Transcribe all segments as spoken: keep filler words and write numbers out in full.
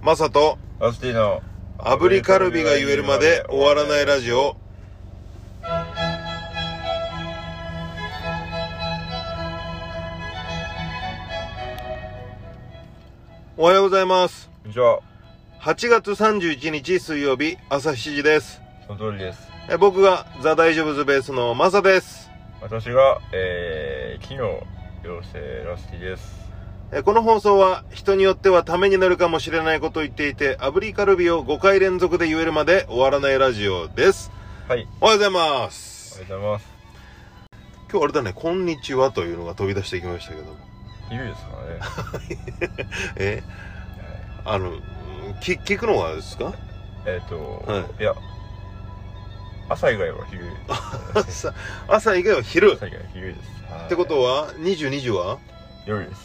マサとアスティの炙りカルビが言えるまで終わらないラジオ。おはようございます。 こんにちは。 はちがつさんじゅういちにち水曜日朝しちじです。 その通りです。 え僕がザ・大丈夫ズベースのマサです。 私が、えー、昨日陽性ラスティです。 えこの放送は人によってはためになるかもしれないことを言っていて、炙りカルビをごかい連続で言えるまで終わらないラジオです。 はい。 おはようございます。 おはようございます。 今日あれだね、こんにちはというのが飛び出してきましたけども。 昼ですからね。 えあの聞, 聞くのはですか？ えっ、ー、と、 はい、 いや朝以外は昼朝, 朝以外は昼朝以外は昼です。 ってことはにじゅうにじは夜です。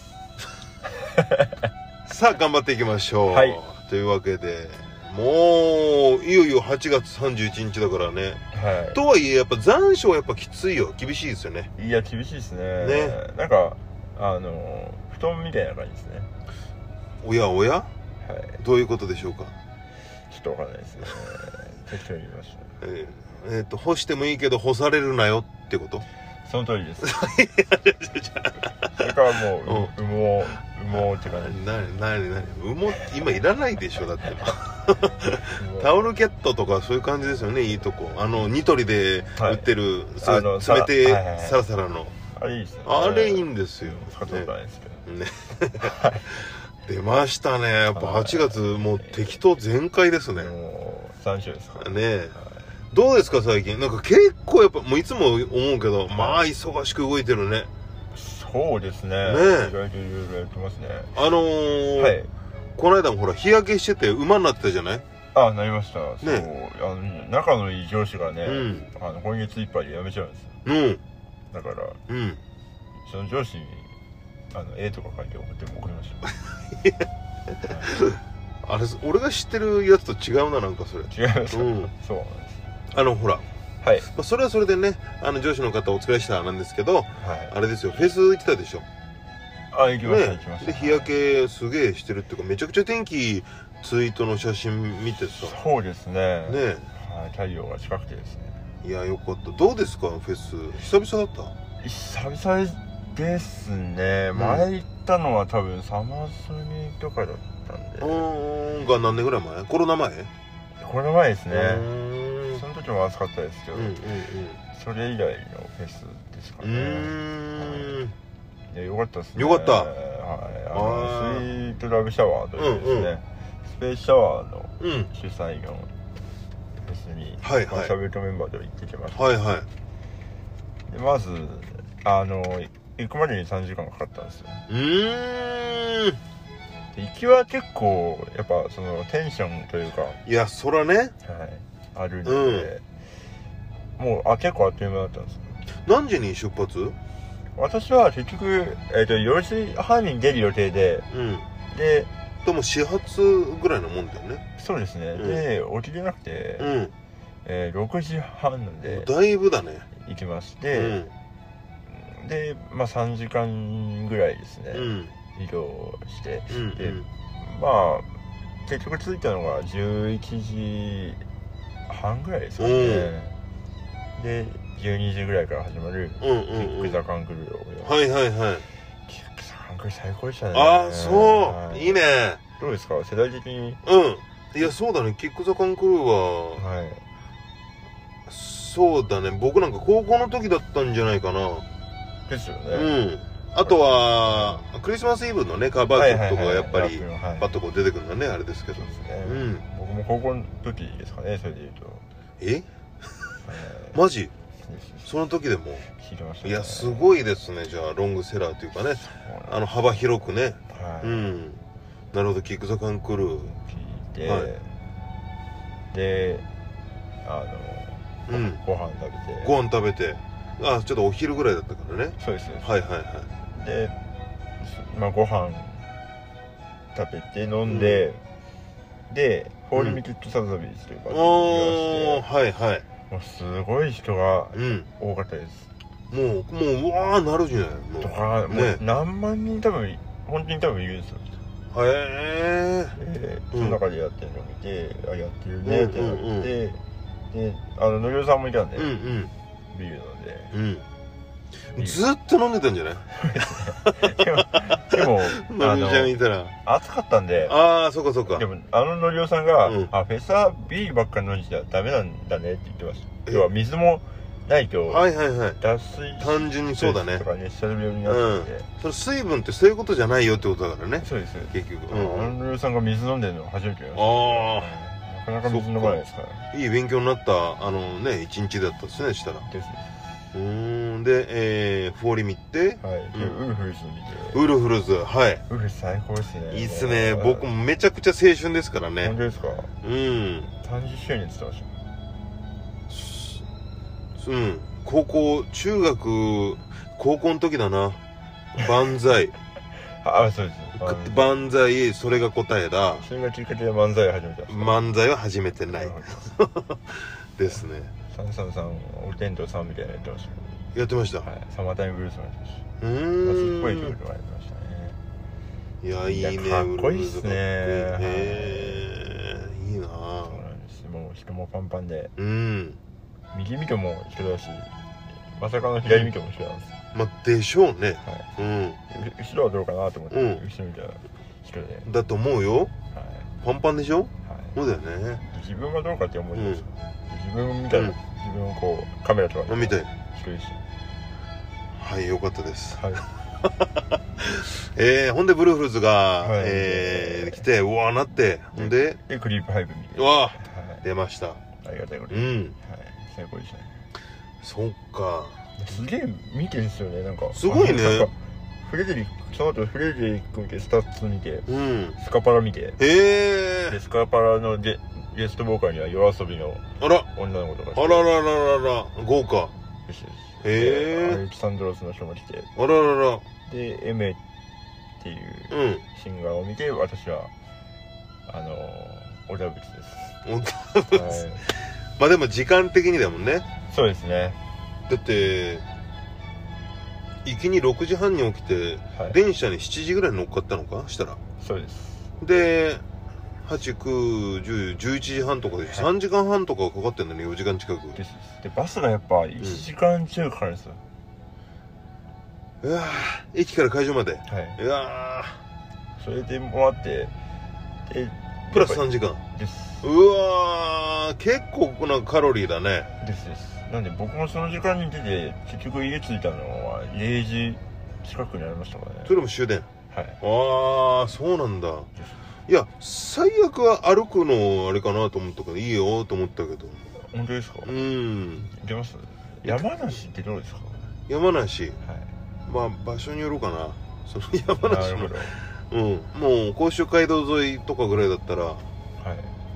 さあ頑張っていきましょう、 はい、 というわけでもういよいよはちがつさんじゅういちにちだからね、 はい、 とはいえやっぱ残暑はやっぱきついよ。厳しいですよね。 いや厳しいですね。 ね、 なんかあの布団みたいな感じですね。 おやおや、 はい、 どういうことでしょうか。 ちょっとわかんないですね。適当に言いました。 えー、えー、と干してもいいけど干されるなよってこと？ その通りです。それからもう、うん、羽毛羽毛って感じ。 なになになに羽毛今いらないでしょだってタオルケットとかそういう感じですよね。いいとこあのニトリで売ってる、はい、冷て、はいはいはい、サラサラのあれいいですね。 あれいいんですよ。 使ったことないですけどね。 出ましたね。やっぱはちがつもう適当全開ですね。 もう残暑ですからね。はい、どうですか最近。なんか結構やっぱもういつも思うけど、まあ忙しく動いてるね。 そうですね。ね、意外といろいろやってますね。 あのー、はい、この間もほら日焼けしてて馬になってたじゃない？ あ、なりました。 ね、 そう、あの仲のいい上司がね、うん、あの今月いっぱいで辞めちゃうんですよ。うん。だから、うん、その上司にあの絵とか書いて送っても送りました。 あれ俺が知ってるやつと違うな。なんかそれ違います、うん、そうなんです。 あのほら、はい、まあ、それはそれでね、あの上司の方お疲れしたなんですけど、はい、あれですよ、フェス行ってたでしょ。 あ、行きました、 ね、 行きました。 で日焼けすげえしてるっていうか、めちゃくちゃ天気ツイートの写真見てさ。 そうですね。ね、 はい、 太陽が近くてですね。 いやよかった。どうですかフェス？久々だった？ 久々ですね、うん、前行ったのは多分サマソニとかだったんで。 うんが何年ぐらい前？コロナ前？ コロナ前ですね。その時も暑かったですけど、うんうんうん、それ以来のフェスですかね。うーん、はい、いやよかったですね。 よかった、はい、 あのスイートラブシャワーというですね、うんうん、スペースシャワーの主催のフェスに、はいはい、シャベルトメンバーで行ってきました。はいはい。でまずあの行くまでにさんじかんかかったんですよ。うーん。行きは結構やっぱそのテンションというか、 いやそらね、はい、 あるので、うん、もうあ結構あっという間だったんですよ。 何時に出発？ 私は結局、えー、とよじはんに出る予定で、うん、ででも始発ぐらいのもんだよね。 そうですね、うん、で起きれなくて、うんえー、ろくじはんなんでだいぶだね行きまして、うん、でまあさんじかんぐらいですね、うん移動して、うんうん、でまあ結局着いたのがじゅういちじはんぐらいですかね、うん、でじゅうにじぐらいから始まるキック・ザ・カンクルーを、 はいはいはいキック・ザ・カンクルー最高でしたね。 ああそう、はい、いいね。 どうですか世代的に？ うんいやそうだね、キック・ザ・カンクルーは、はい、そうだね、僕なんか高校の時だったんじゃないかな。 ですよね。 うんあとはクリスマスイブのねカバー曲とかがやっぱりパッとこう出てくるのはねあれですけど、 うん、僕も高校の時ですかねそれで言うと。 えマジその時でも聞いてましたね。 いやすごいですね。じゃあロングセラーというかね、あの幅広くね、はい、うんなるほど。キック・ザ・カンクルー聞いて、はい、であの、うん、ご飯食べてご飯食べてあちょっとお昼ぐらいだったからね。 そうですはいはいはい。 で、まあ、ご飯食べて飲んで、うん、でフォーリミテッドサザビーズというか、うん、 おーはいはい。 もうすごい人が多かったです、 うん、もうもううわーなるじゃないもうとか、ね、もう何万人多分本当に多分いるんですよ。 へえその中でやってるのを見て、あ、やってるねってなって、うんうんうん、であののりおさんもいたんで、うんうん、ビール飲んで、うんずっと飲んでたんじゃないでも、でものりおちゃんいたら暑かったんで、 ああ、そうかそうか。 でも、あののりおさんが、うん、あ、フェスはビールばっかり飲んじゃダメなんだねって言ってました。要は水もないと、 はいはいはい。 脱水単純にそうだね。 とか熱射病になってて、 うん、それ水分ってそういうことじゃないよってことだからね。 そうです。 結局。 うん、あののりおさんが水飲んでるの初めて見ました。 ああ、 なかなか水飲まないですから。 いい勉強になったあのね一日だったですね、したら。ですね。うーんで、えー、フォーリミって、 はい、うん、ウルフルズ見て。 ウルフルズ、はい。 ウルフルズ最高ですね。 いいっすね。僕もめちゃくちゃ青春ですからね。 本当ですか？ うん。 さんじゅっしゅうねんって言ってました。うん。高校、中学、高校の時だな。万歳。 あ、そうです。 万歳、それが答えだ。 それがきっかけで漫才を始めたんですか？ 漫才は始めてない。ですね。 三三三お天道さんみたいなのやってました。 やってました。 はい。サマータイムブルースもやってました。 うーん。 すっごい曲がやってましたね。 いや、いいね。 かっこいいっすね。 へえ、いいな。そうなんです。もう人もパンパンで。 うん。 右見ても人だし、まさかの左見ても人なんです。 まあ、でしょうね。 はい。うん。後ろはどうかなと思って、うん、後ろ見たら人で。 だと思うよ。はい。パンパンでしょ。はい。そうだよね。 自分はどうかって思います。自分みたいな、自分をこうカメラとか見て人いし。 はい、よかったです。はい。えー、ほんでブルーフルズが、はい、えー、来てうわーなって、ほんででクリープハイブ見て、 うわー、出ました。 ありがたいことで、うん、はい、最高でしたね。 そっか。 すげえ見てるんですよね、なんかすごいね。 フレデリック、その後フレデリック見て、スタッツ見て、うん、スカパラ見て、 へえ。 でスカパラのゲゲストボーカルには夜遊びの女の子とか、 あららららら、豪華。 ですです。 へえ。 アレキサンドロスの人も来て、 あららら。 でエメっていうシンガーを見て、私はあのオダブツです。 オダブツ、はい、まあでも時間的にだもんね。 そうですね。 だって行きにろくじはんに起きて、はい、電車にしちじぐらいに乗っかったのかしたら。 そうです。 ではち、く、じゅう、じゅういちじはんとかで、はい、さんじかんはんとかかかってんのによじかん近くです。でバスがやっぱいちじかん近くかかるんですよ。 うわー、駅から会場まで、はい、うわー、それで回ってでプラスさんじかんです。 うわー、結構なカロリーだね。 ですです。なんで僕もその時間に出て結局家着いたのはれいじ近くになりましたからね。 それも終電。 はい。 ああ、そうなんだ。いや、最悪は歩くのあれかなと思ったからいいよと思ったけど。 本当ですか？ うん。 出ます？山梨ってどうですか？ 山梨、はい、まあ場所によるかな。その山梨の、うん、もう甲州街道沿いとかぐらいだったら、はい、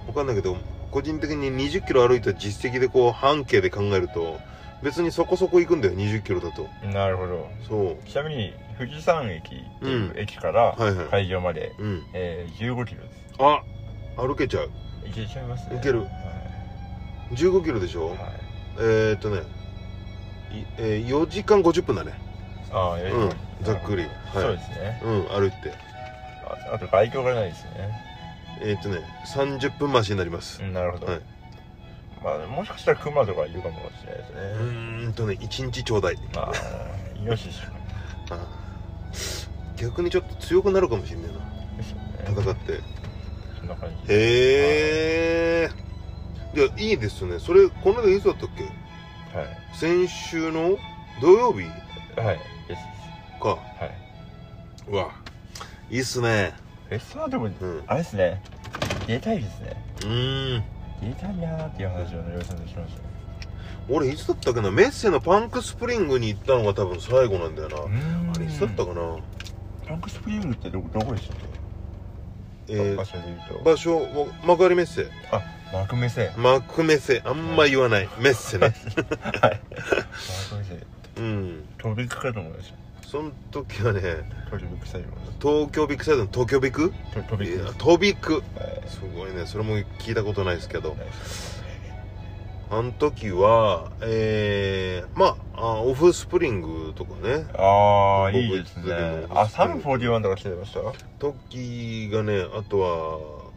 分かんないけど個人的ににじゅっキロ歩いた実績でこう半径で考えると別にそこそこ行くんだよ、にじゅっキロだと。 なるほど。 そう。 ちなみに富士山駅っていう駅から会場まで、うん、えー、じゅうごキロです。 あ、歩けちゃう。 行けちゃいますね。 行ける、はい、じゅうごキロでしょ、はい、えー、っとね、えー、よじかんごじゅっぷんだね。 ああ、よじかん、 うん、ざっくり、はい、 そうですね。 うん、歩いてあ, あと外境がないですね。 えー、っとねさんじゅっぷん増しになります、 うん、なるほど、はい、まあもしかしたら熊とかいるかもしれないですね。 うーんとねいちにちちょうだい。 ああ、イノシシかああ、逆にちょっと強くなるかもしれないな、ですよね、戦って。 そんな感じ。へえ。いや、いいですね。それこの間いつだったっけ？はい、先週の土曜日、 はいですか、はい、うわ、いいっすね。 フェスはでも、うん、あれですね、出たいですね。 うーん、 出たいなーっていう話をね、ようさんとしましたね。 俺いつだったっけな、メッセのパンクスプリングに行ったのが多分最後なんだよな。あれいつだったかな。 パンクスプリングってどこどこでしたっけ？えー、場所で言うと場所、幕張メッセ。 あ、マクメセ。 マクメセ、あんま言わない、はい、メッセね。はい。マクメセ。うん。東ビッグかと思いました。 その時はね、 東京ビッグサイド。 東京ビッグサイドの東京ビッグ？ 東ビッグ。 東ビッグ。すごいね、それも聞いたことないですけど。あの時は、えー、まあ、あオフスプリングとかね。 ああ、いいですね。あ、サムフォーティーワンとか来てました？ 時がね、あとは、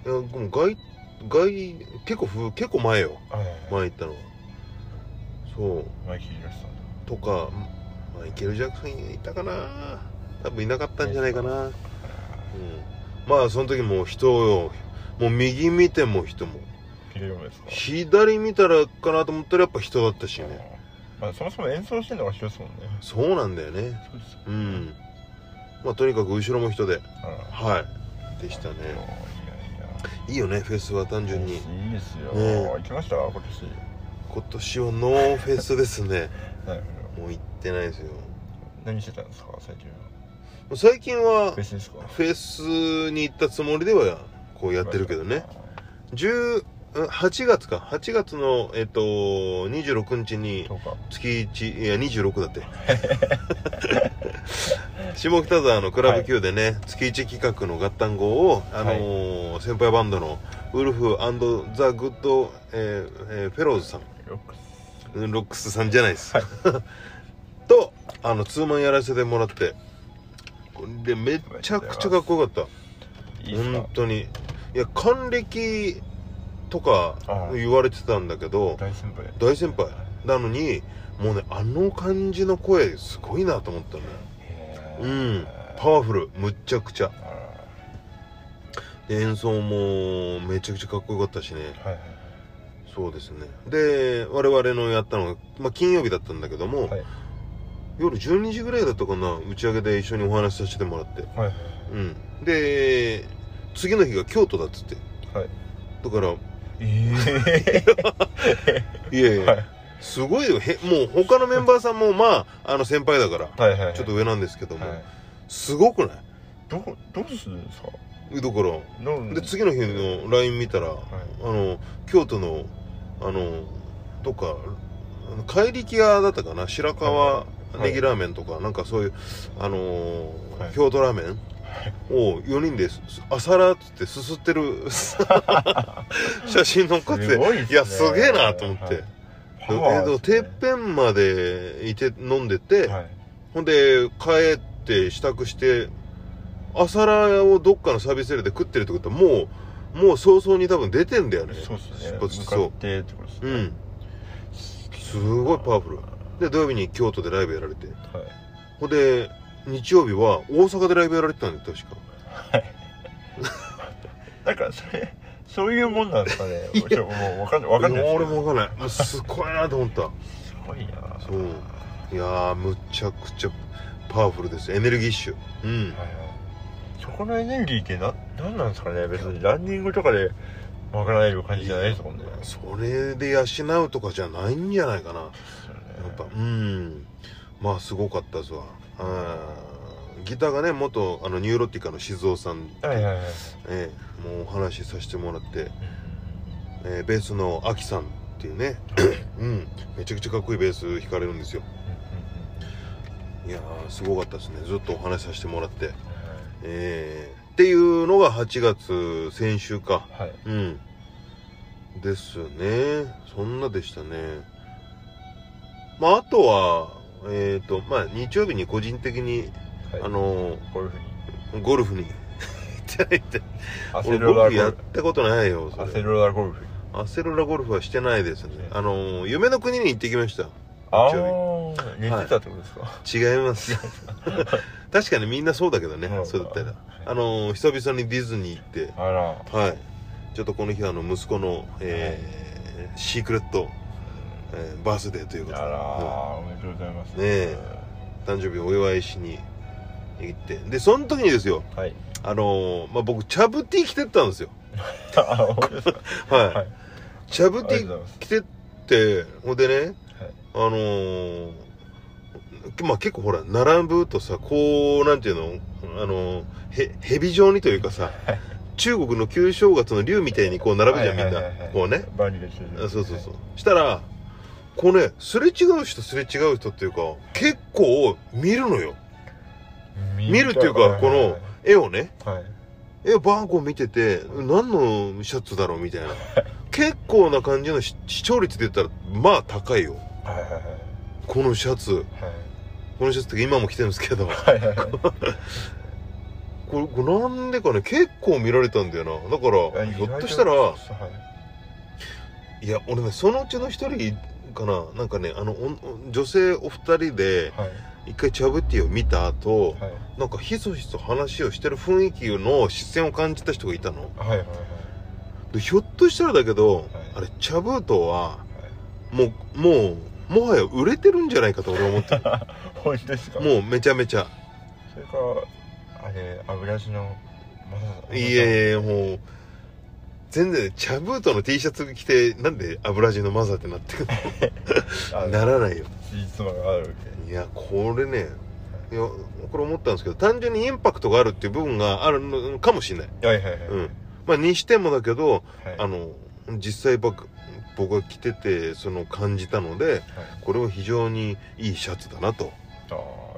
いやもう外外結構ふ結構前よ、はいはいはい、前行ったのはそうマイケル・ジャクソンとかマイケル・ジャクソンいたかな、多分いなかったんじゃないかな、うん、まあその時もう人よ、もう右見ても人も左見たらかなと思ったらやっぱ人だったしね、 まあ、そもそも演奏してるのが人ですもんね。 そうなんだよね。そうです、うん。まあとにかく後ろも人で、はいでしたね。いいよね、フェスは単純に。いいですよ、ね、行きました今年。 今年はノーフェスですね。もう行ってないですよ。 何してたんですか最近は。 最近はフェスですか。 フェスに行ったつもりではこうやってるけどね。じゅうはちがつかはちがつのえっとにじゅうろくにちに月いちいやにじゅうろくだって下北沢のクラブ Q でね、はい、月いち企画の合体号をあのーはい、先輩バンドのウルフ&ザ・グッド、えーえー、フェローズさんロックスロックスさんじゃないです、はい、とあのツーマンやらせてもらってでめちゃくちゃかっこよかった。いい本当にいや還暦とか言われてたんだけど大先輩大先輩なのにもうねあの感じの声すごいなと思ったね。うんパワフルむっちゃくちゃで演奏もめちゃくちゃかっこよかったしね、はいはい、そうですね。で我々のやったのが、まあ、金曜日だったんだけども、はい、夜じゅうにじぐらいだったかな打ち上げで一緒にお話しさせてもらって、はいはい、うん、で次の日が京都だっつって、はい、だからえー、いやいや、はい、すごいよ。へもう他のメンバーさんもまああの先輩だからはいはい、はい、ちょっと上なんですけども、はい、すごくない？ どこどうするんですか？ だからで次の日の ライン 見たら、はい、あの京都のあのどっか怪力屋だったかな、白川ネギラーメンとか、はい、なんかそういうあのーはい、京都ラーメンをよにんで朝ラーっつってすすってる写真載っかって、ね、いやすげえなと思って、はい、えー、てっぺんまでいて飲んでて、はい、ほんで帰って支度して朝ラーをどっかのサービスエリアで食ってるってことはもうもう早々に多分出てんだよね。 そうですね、 出発しそう。 ってってことですね。うん、 すごいパワフルで土曜日に京都でライブやられて、はい、ほんで日曜日は大阪でライブやられてたんで確か。はい。 なんかそれそういうもんなんですかね。いやもうわかんないわかんないですけど。 俺もわかんない。もうすごいなと思った。すごいな。 そう。いやーむちゃくちゃパワフルです。エネルギッシュ。うん。はいはい。 そこのエネルギーってななんなんですかね。別にランニングとかで賄える感じじゃないですもんね。 それで養うとかじゃないんじゃないかな。やっぱうんまあすごかったですわ。あギターがね元あのニューロティカの静雄さん、はいはいはい、えー、もうお話しさせてもらって、うんえー、ベースのアキさんっていうね、うん、めちゃくちゃかっこいいベース弾かれるんですよ。いやーすごかったですね。ずっとお話しさせてもらって、はいえー、っていうのがはちがつ先週か、はい、うんですね。そんなでしたね。まああとはえっとまあ日曜日に個人的に、はい、あのゴルフにゴルフに行ってないって俺ゴルフやったことないよ。 それアセロラゴルフアセロラゴルフはしてないですね。あの夢の国に行ってきました。 ああ寝てたってことですか、 はい、違います確かにみんなそうだけどね、うん、そうだったら、はい、あの久々にディズニー行ってあらはいちょっとこの日あの息子の、えーはい、シークレットえー、バースデーということであら、うん、おめでとうございますねえ誕生日お祝いしに行ってでその時にですよ、はい、あのー、まあ僕チャブティー着てったんですよあ本当ですかはい、はい、チャブティー着てってほんでね、はい、あのー、まあ結構ほら並ぶとさこうなんていうのあのー、へ蛇状にというかさ中国の旧正月の竜みたいにこう並ぶじゃんみんなこうねそうそうそうしたらこうねすれ違う人すれ違う人っていうか結構見るのよ。見るっていうかこの絵をね、はい、絵をバーンこう見てて何のシャツだろうみたいな結構な感じの視聴率で言ったらまあ高いよ、はいはいはい、このシャツ、はい、このシャツって今も着てるんですけど、はいはいはい、 これこれなんでかね結構見られたんだよな。だからひょっとしたら、はい、いや俺ねそのうちの一人かな、なんかねあの女性お二人で一回チャブティを見た後、はい、なんかひそひそ話をしてる雰囲気の視線を感じた人がいたの。はいはいはい。でひょっとしたらだけど、はい、あれチャブートは、はい、もうもうもはや売れてるんじゃないかと俺は思ってる。 本当ですか？ もうめちゃめちゃ。 それかあれ油地のまだいやいやもう全然チャブートの T シャツ着てなんで油地のマザーってなってくるのならないよ。 実はあるわけ。いやこれねいやこれ思ったんですけど単純にインパクトがあるっていう部分があるのかもしれない。 はいはいはい。うん。 まあにしてもだけど、はい、あの実際僕僕が着ててその感じたので、はい、これは非常にいいシャツだなと。ああ、うん。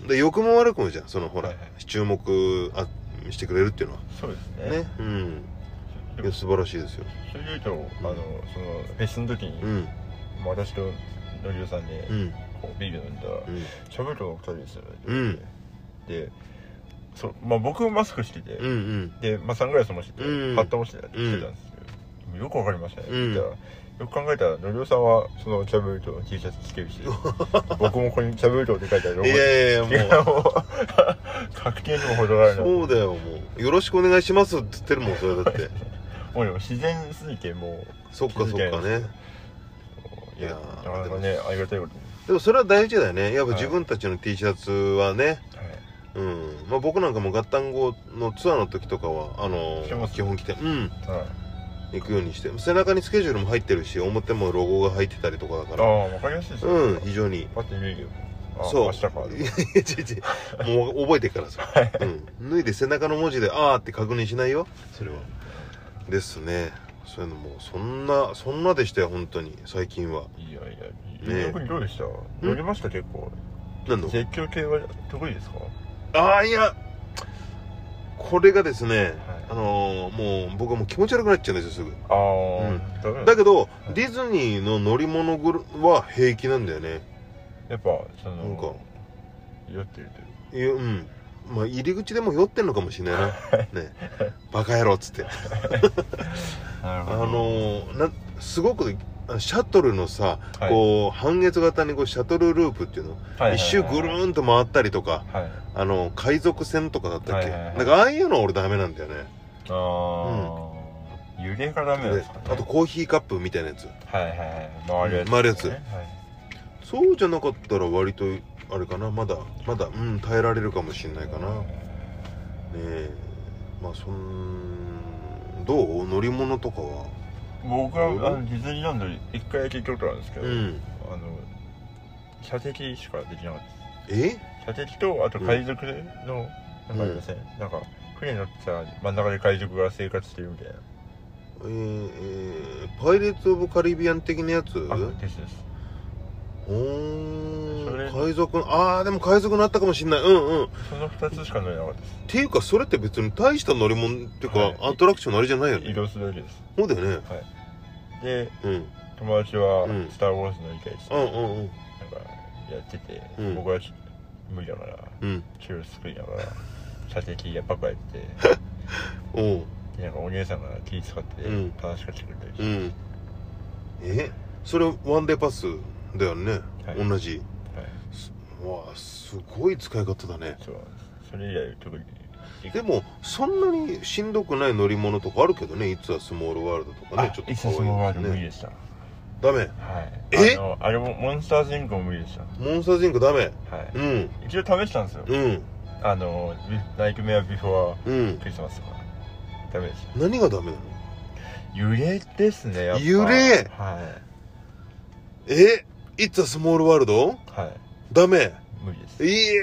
で良くも悪くもじゃんそのほら、はいはい、注目あしてくれるっていうのは。 そうですね。ね、 うん。いや素晴らしいですよ。 それでいうと、うん、あのそのフェスの時に、うん、私とのりおさんで、うん、こうビール飲んだら、うん、チャブートのふたりですよね。うん、で、そまあ僕もマスクしてて、うんうん、でまあサングラスもしてて、うん、ハットもしてたんですけど、うん、よくわかりましたね。うん、よく考えたらのりおさんはそのチャブートの T シャツ着けるし僕もここにチャブートって書いてあるロゴ。 いやいやもう確定にも程があるな。 そうだよもうよろしくお願いしますって言ってるもんそれだってもうでも自然すぎてもうそっかそっかね。 いやなかなかねありがたいことに。 でもそれは大事だよねやっぱ自分たちの T シャツはね、はい、うんまあ僕なんかもガッタンゴのツアーの時とかはあのー、基本着てうん、はい行くようにして背中にスケジュールも入ってるし表もロゴが入ってたりとかだからああ分かりやすいですね。 うん非常にパッて見るよ。 そう明日かいやいや違う違うもう覚えてからさ、うん、脱いで背中の文字であーって確認しないよそれはですね。そういうのもそんなそんなでしたよ本当に最近は。 いやいや逆にどうでした？乗りました結構。 何の絶叫系は得意ですか？ ああいやこれがですね、はい、あのー、もう僕はもう気持ち悪くなっちゃうんですよすぐ。ああ、うん、だけど、はい、ディズニーの乗り物は平気なんだよね。 やっぱそのなんか酔ってるという。いやうんまあ入り口でも酔ってんのかもしれないなねバカ野郎っつってあのー、なすごくシャトルのさ、はい、こう半月型にこうシャトルループっていうの、はい、一周ぐるーんと回ったりとか、はい、あの海賊船とかだったっけ、はいはいはい、なんかああいうの俺ダメなんだよね。 ああ、うん、揺れがダメなんですかね。 あとコーヒーカップみたいなやつはいはいはい回るやつ、ね、 回るやつ、はい、そうじゃなかったら割とあれかなまだまだうん耐えられるかもしれないかな。ねえまあそんどう乗り物とかは僕はあのディズニーランドに一回だけ行ったことあるんですけど、うん、あの射的しかできなかったです。 え射的とあと海賊の、うん、なんかありません、うん、なんか船乗ってた真ん中で海賊が生活してるみたいなえー、えー、パイレーツ・オブ・カリビアン的なやつあですですおー海賊ああでも海賊になったかもしんないうんうんそのふたつしか乗れなかったです。 っていうかそれって別に大した乗り物っていうか、はい、アトラクションのあれじゃないよね。 移動するだけです。 そうだよね。はいで、うん、友達は「スター・ウォーズ」乗りたいです、うんうんうん、なんかやってて、うん、僕は無理だから、うん、チュール作りながら射的やっぱこうやっておでなんかお姉さんが気使って楽しかってくれたりして、うん、 えそれワンデーパスだよね、はい、同じ、はい、わあすごい使い方だね。 そうそれ以来特にでもそんなにしんどくない乗り物とかあるけどね。いつはスモールワールドとかねちょっと可愛いですね。 いつはスモールワールド無理でした。 ダメ。はいえあのあれもモンスターズインクも無理でした。 モンスターズインクダメ。はいうん一応試したんですよ。うんあのナイトメアビフォークリスマスとかダメでした。 何がダメなの？ 揺れですねやっぱ。 揺れはいえいつはスモールワールドはいダメ無理です。 いえ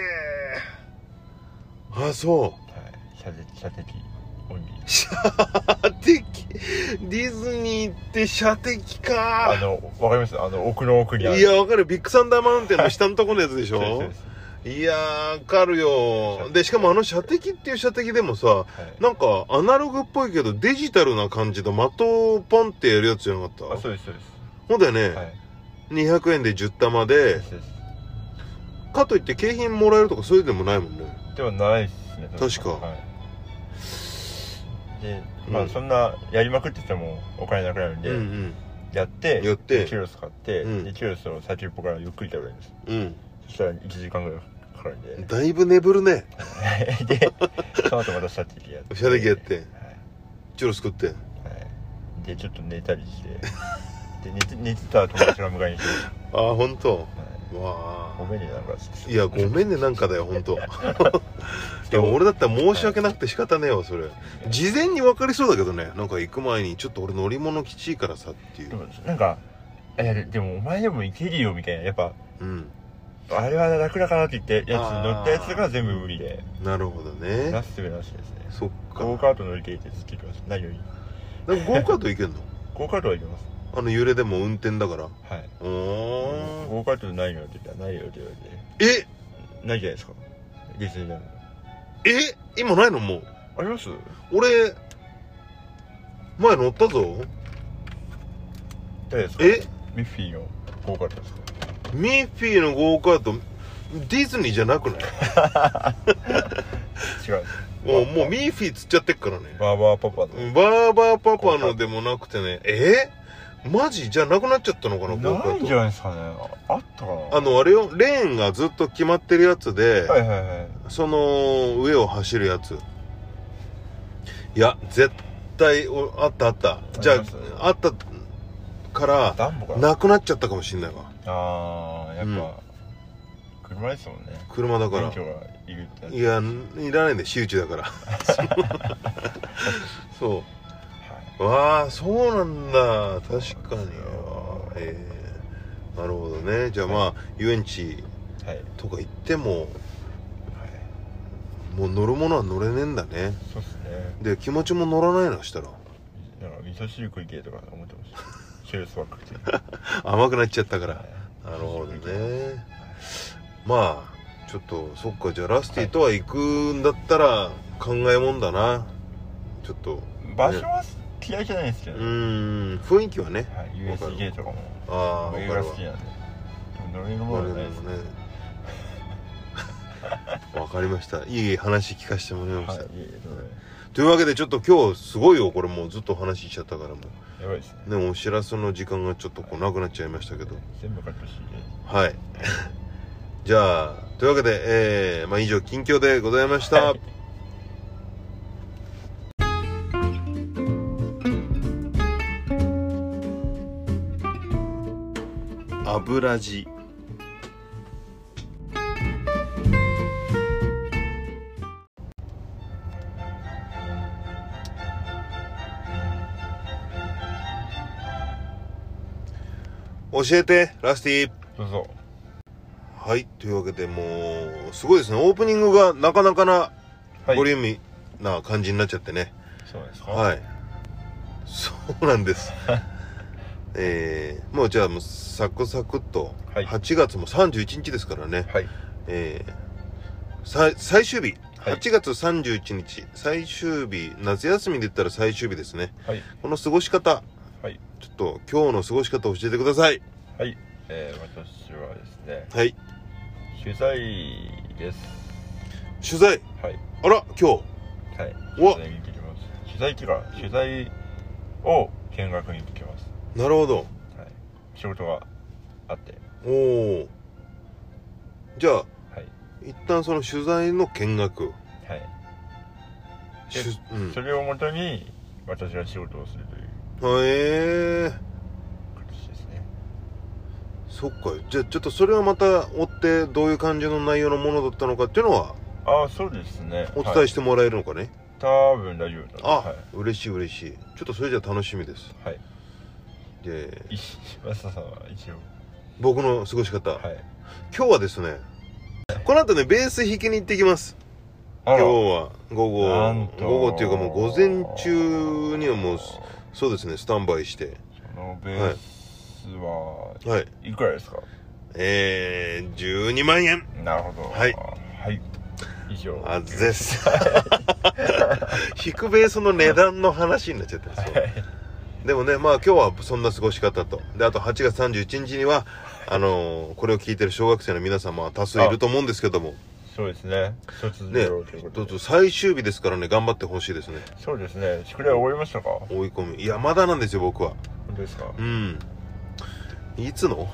あそう射的射的オンリー射的ディズニーって射的かあのわかりますあの奥の奥にあるいやわかるビッグサンダーマウンテンの下のところのやつでしょそうですいやーわかるよでしかもあの射的っていう射的でもさ、はい、なんかアナログっぽいけどデジタルな感じで的をポンってやるやつじゃなかった？ あそうですそうですそうだよね、はい、にひゃくえんでじゅう玉でですですかといって景品もらえるとかそういうのでもないもんね。 ではないですね確か、はいでまあそんなやりまくっててもお金なくなるんで、うんうん、やってやってチュロス買って、うん、でチュロスを先っぽからゆっくり食べるんです、うん、そしたらいちじかんぐらいかかるんでだいぶ眠るねでその後また射的やって射的やって、はい、チュロス食って、はい、 でちょっと寝たりしてで 寝, て寝てたら友達が迎えに来てああ本当、はい、 わあごめんねなんかいやごめんねなんかだよ本当でも俺だったら申し訳なくて仕方ねえわそれ事前に分かりそうだけどねなんか行く前にちょっと俺乗り物きちいからさっていうなんかいやでもお前でも行けるよみたいなやっぱうんあれは楽だからって言ってやつ乗ったやつが全部無理でなるほどねラストでなしですねそっかゴーカート乗り切れてずっと行きます何よりゴーカート行けんのゴーカートは行けますあの揺れでも運転だからはいおーゴーカートないのって言ったらないよって言われてえないじゃないですかディズニーランドえ今ないのもうあります俺前乗ったぞ誰ですかえミッフィーのゴーカートですかミッフィーのゴーカートディズニーじゃなくない違うもうもうミッフィー釣っちゃってっからねバーバーパパのバーバーパパのでもなくてねえマジじゃなくなっちゃったのかなゴーカートないんじゃないですかねあったかなあのあれよレーンがずっと決まってるやつで、 はいはいはい、 その上を走るやついや絶対あったあったじゃああったからなくなっちゃったかもしんないわあーやっぱ、うん、車ですもんね車だから免許がいるっていやいらないんで周知だからそう、はい、わあそうなんだ確かにえー、なるほどねじゃあまあ、はい、遊園地とか行っても、はい、もう乗るものは乗れねえんだねそうっすねで気持ちも乗らないなしたらなんか味噌汁食い系とか思ってましたシュースばっかり甘くなっちゃったから、はい、なるほどねまあちょっとそっかじゃあラスティとは行くんだったら考えもんだなちょっと、ね、 場所は嫌いじゃないですけど、ね、 うん雰囲気はね、 はい、ユーエスジェー とかもああ映画好きなんで乗れるものじゃないですねわかりましたいい話聞かせてもらいました、はい、いいいというわけでちょっと今日すごいよこれもうずっと話しちゃったからもうやばいですねねお知らせの時間がちょっとこうなくなっちゃいましたけど全部カットしてはいじゃあというわけで、えーまあ、以上近況でございました、はい、油地教えてラスティどうぞはいというわけでもうすごいですねオープニングがなかなかなボリューミーな感じになっちゃってね、 はい、そうですかはいそうなんですえー、もうじゃあもうサクサクっと、はい、はちがつもさんじゅういちにちですからね、はいえー、さ最終日、はい、はちがつさんじゅういちにち最終日夏休みで言ったら最終日ですね、はい、この過ごし方、はい、ちょっと今日の過ごし方を教えてくださいはい、えー、私はですねはい取材です取材はいあら今日はい取材に行ってきます取材っていうか取材を見学に行ってきますなるほど、はい、 仕事があっておおじゃあ、はい、一旦その取材の見学はいで、うん、それをもとに私が仕事をするというへえー、 形ですねそっかじゃあちょっとそれはまた追ってどういう感じの内容のものだったのかっていうのはああそうですねお伝えしてもらえるのかね、 はい、多分大丈夫だあ、はい、嬉しい嬉しいちょっとそれじゃ楽しみですはいでマスターさんは一応僕の過ごし方、 はい、 今日はですねこの後ねベース弾きに行ってきます今日は午後午後っていうかもう午前中にはもうそうですねスタンバイしてそのベースは、はい、いくらですかえー、じゅうにまんえんなるほどはいはい以上あぜっす弾くベースの値段の話になっちゃってるんですよ、はいでもねまあ今日はそんな過ごし方とであとはちがつさんじゅういちにちにはあのー、これを聞いてる小学生の皆様は多数いると思うんですけども小そうですね。一つゼロということで、 ね、最終日ですからね、頑張ってほしいですね。 そうですね。宿題終わりましたか？ 追い込み。いや、まだなんですよ、僕は。 本当ですか？ うん。いつの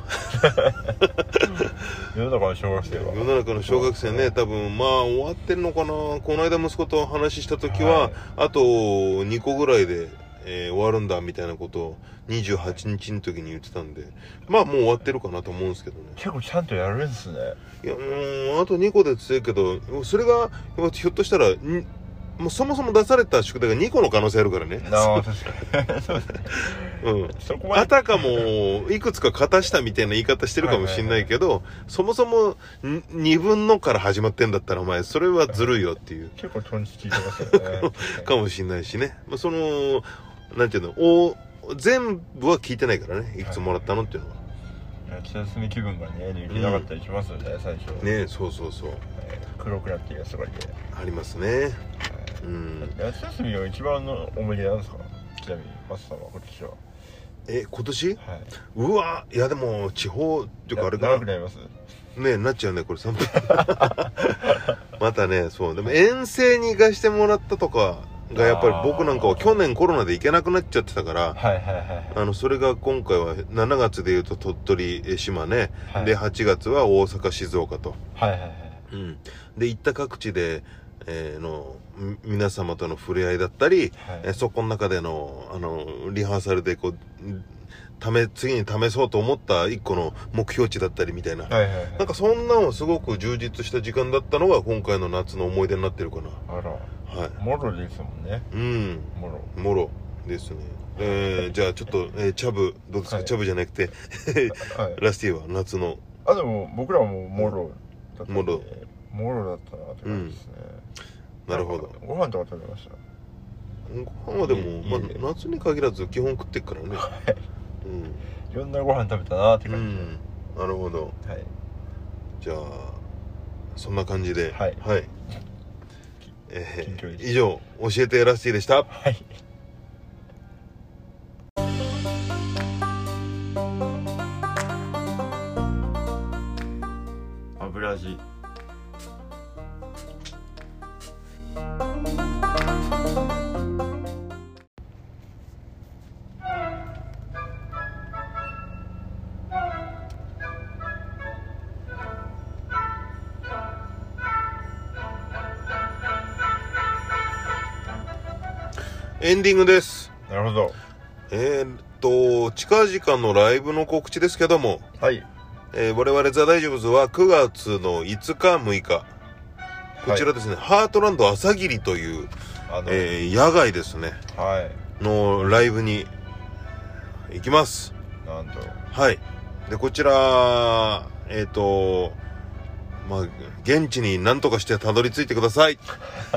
世の中の小学生は世の中の小学生ね、多分まあ終わってるのかな。この間息子と話した時は、はい、あとにこぐらいで、えー、終わるんだみたいなことをにじゅうはちにちの時に言ってたんで、まあもう終わってるかなと思うんですけどね。 結構ちゃんとやるんですね。 いや、もうあとにこで強いけど、それがひょっとしたらもうそもそも出された宿題がにこの可能性あるからね。 ああ、確かに。そうですね。 うん。そこまで。あたかも、いくつか型したみたいな言い方してるかもしんないけど、はいはいはい、そもそもにぶんのから始まってんだったら、お前、それはずるいよっていう。 結構トンチ効いてますよね。 かもしんないしね。まあ、その、なんていうの、お、全部は聞いてないからね。いくつもらったのっていうのは。 夏休み気分がね、抜けなかったりしますよね、うん、最初。 ね、そうそうそう。 黒くなっているやつがいて。 ありますね。 うん、夏休みは一番の思い出なんですか？ちなみにマスさんは今年は。 え、今年？ はい。 うわ、いやでも地方っていうかあれかな。 長くなります？ ね、なっちゃうねこれさんぷん。またね、そうでも遠征に行かしてもらったとかがやっぱり僕なんかは去年コロナで行けなくなっちゃってたから、 はいはいはい、 あのそれが今回はしちがつでいうと鳥取、島根、はい、ではちがつは大阪、静岡と。 はいはいはい。 うん。で行った各地で。えー、の皆様との触れ合いだったり、はい、えー、そこの中でのあのリハーサルでこうため次に試そうと思った一個の目標値だったりみたいな、はいはいはい、なんかそんなのすごく充実した時間だったのが今回の夏の思い出になってるかな。 あら、はい、もろですもんね。 うん、もろもろですね。えー、じゃあちょっと、えー、チャブどうですか？はい、チャブじゃなくて、はい、ラスティは夏の。 あ、でも僕らはもうもろだったんで、 もろもろだったなって感じですね。 うん、なるほど。 ご飯とか食べました？ ご飯はでも、まあ、夏に限らず基本食ってっからね。はい、 うん、いろんなご飯食べたなって感じ、うん、 なるほど。はい、じゃあそんな感じで、はい、はい、えー、以上教えてラスティでした。はい。 油味。 エンディングです。 なるほど。 えー、っと近々のライブの告知ですけども、はい、えー、我々ザ・大丈夫ズはくがつのいつかむいか、こちらですね、はい、ハートランド朝霧という、あのえー、野外ですね、はい、のライブに行きます。 なんと、 はい。でこちらえー、っとまあ現地に何とかしてたどり着いてください。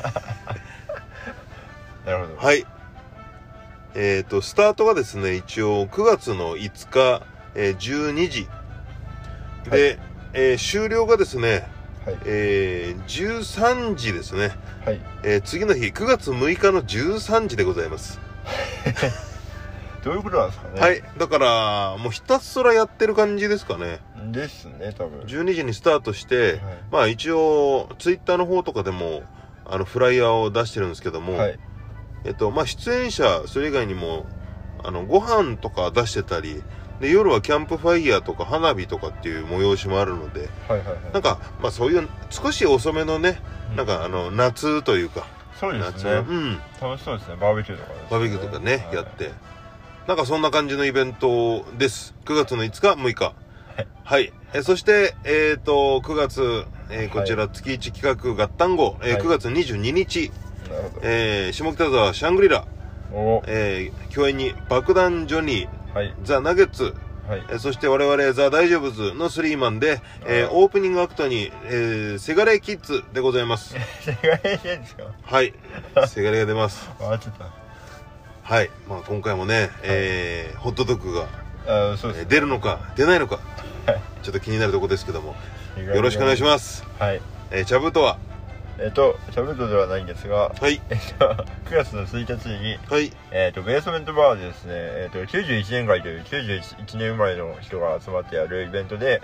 なるほど。 はい。えっとスタートがですね、一応くがつのいつか、えー、じゅうにじで、はい、えー、終了がですね、はい、えー、じゅうさんじですね。はい。えー、次の日くがつむいかのじゅうさんじでございます。 どういうことなんですかね。 はい。だからもうひたすらやってる感じですかね。 ですね、多分。 じゅうにじにスタートして、はい、まあ一応ツイッターの方とかでもあのフライヤーを出してるんですけども。はい、えっとまあ、出演者それ以外にもあのご飯とか出してたりで、夜はキャンプファイヤーとか花火とかっていう催しもあるので、はいはいはい、なんか、まあ、そういう少し遅めのね、うん、なんかあの夏というか、 そうですね、うん、楽しそうですね。バーベキューとかですね、 バーベキューとかね、はい、やってなんかそんな感じのイベントです。くがつのいつかむいか、はい、はい、えそしてえっ、ー、とくがつ、えー、こちら月いち企画合体号、はい、えー、くがつにじゅうににち、えー、下北沢シャングリラ、えー、共演に爆弾ジョニー、はい、ザ・ナゲッツ、はい、えー、そして我々ザ・大丈夫ズのスリーマンで、えー、オープニングアクトに、えー、せがれキッズでございます。 せがれですか？ はい、せがれが出ます。 あ、ちょっとはい、まあ、今回もね、はい、えー、ホットドッグがあ、そうですね、 えー、出るのか出ないのか、はい、ちょっと気になるところですけども、よろしくお願いします。はい、えー、チャブとはえっと、シャブトではないんですが、はい、えっと、くがつのついたちに、はい、えっと、ベースメントバーでですね、えっと、きゅうじゅういちねんかいというきゅうじゅういちねん生まれの人が集まってやるイベントで、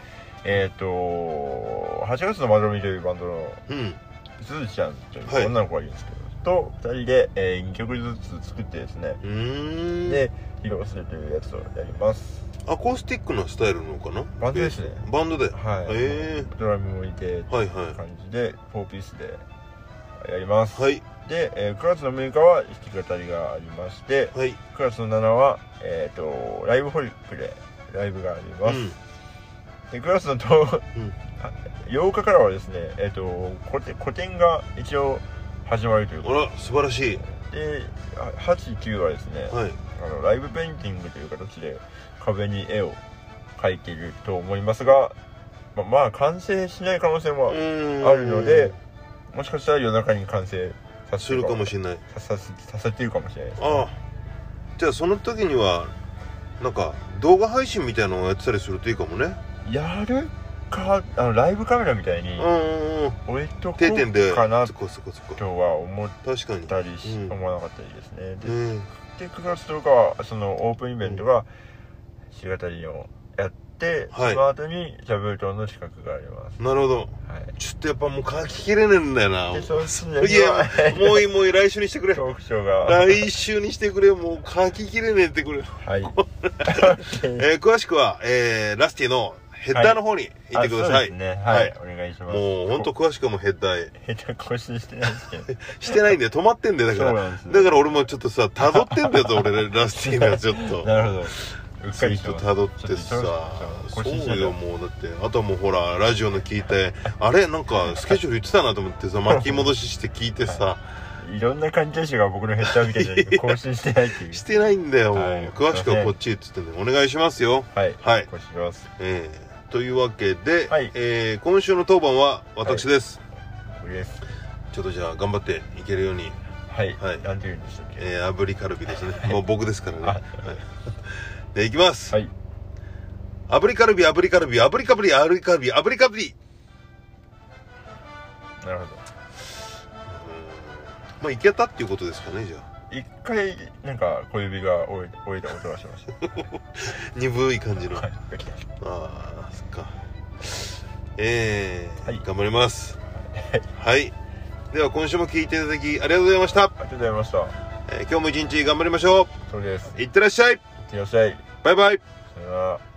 えっ、ー、とはちがつのまどろみというバンドの、うん、すずちゃんという女の子がいるんですけど、はい、とふたりで、えー、にきょくずつ作ってですね、うーんで披露するというやつをやります。 アコースティックなスタイルのかな。 バンドですね。 バンドで、 はい、えー、ドラムもいてっていう感じで、はいはい、フォーピースでやります。はい。で、えー、くがつのむいかは弾き語りがありまして、はい、くがつのしちは、えー、とライブホリックでライブがあります。うん、でくがつのと、うん、ようかからはですね、えー、と個展、個展が一応始まるということで。 あら素晴らしい。 ではち、きゅうはですね、はい、あのライブペインティングという形で壁に絵を描いていると思いますが、まあ、まあ完成しない可能性もあるので、もしかしたら夜中に完成させするかもしれない。 させさせているかもしれないですね。ああ、 じゃあその時にはなんか動画配信みたいなのをやってたりするといいかもね。 やるか、あのライブカメラみたいに置いとこうかなとは思ったりし、うん、思わなかったりですね。で、うん、でくがつとおかはそのオープンイベントが弾き語りをやって、はい、その後にジャブル島の近くがあります。 なるほど、はい、ちょっとやっぱもう書ききれねえんだよな。そうですね、いやもういいもういい、来週にしてくれ。トークショーが来週にしてくれ。もう書ききれねえってくれ。はい、えー、詳しくは、えー、ラスティのヘッダーの方に行ってください。はい、そうですね、はい、はい、お願いします。もう本当詳しくはもうヘッダーへ。 ヘッダー更新してないですけどしてないんだよ、止まってんだよ。だから、ね、だから俺もちょっとさ辿ってんだよと俺ラスティがちょっとなるほど、うっかりと辿ってさ、そうよ。もうだってあとはもうほらラジオの聞いてあれなんかスケジュール言ってたなと思ってさ巻き戻しして聞いてさ、はい、 いろんな関係者が僕のヘッダー見てて更新してないっていうしてないんだよ、はい、詳しくはこっちっつってね、お願いしますよ。 はい、はい、お願いします。 えーというわけで、はい、えー、今週の当番は私です。 はい、です。 ちょっとじゃあ頑張っていけるように。 はい。はい。なんて言うんでしたっけ。 えー、炙りカルビですね。もう僕ですからね。はい。で、いきます。はい。炙りカルビ、炙りカルビ、炙りカルビ、炙りカルビ、炙りカルビ。 なるほど。 まあ、いけたっていうことですかね、じゃあ。 一回なんか小指が折れた音がしました鈍い感じの、はい、ああそっか。えー、はい、頑張ります。はい、では今週も聞いていただきありがとうございました。ありがとうございました。 えー、今日も一日頑張りましょう。 そうです。 いってらっしゃい。いってらっしゃい。 バイバイ。 さよなら。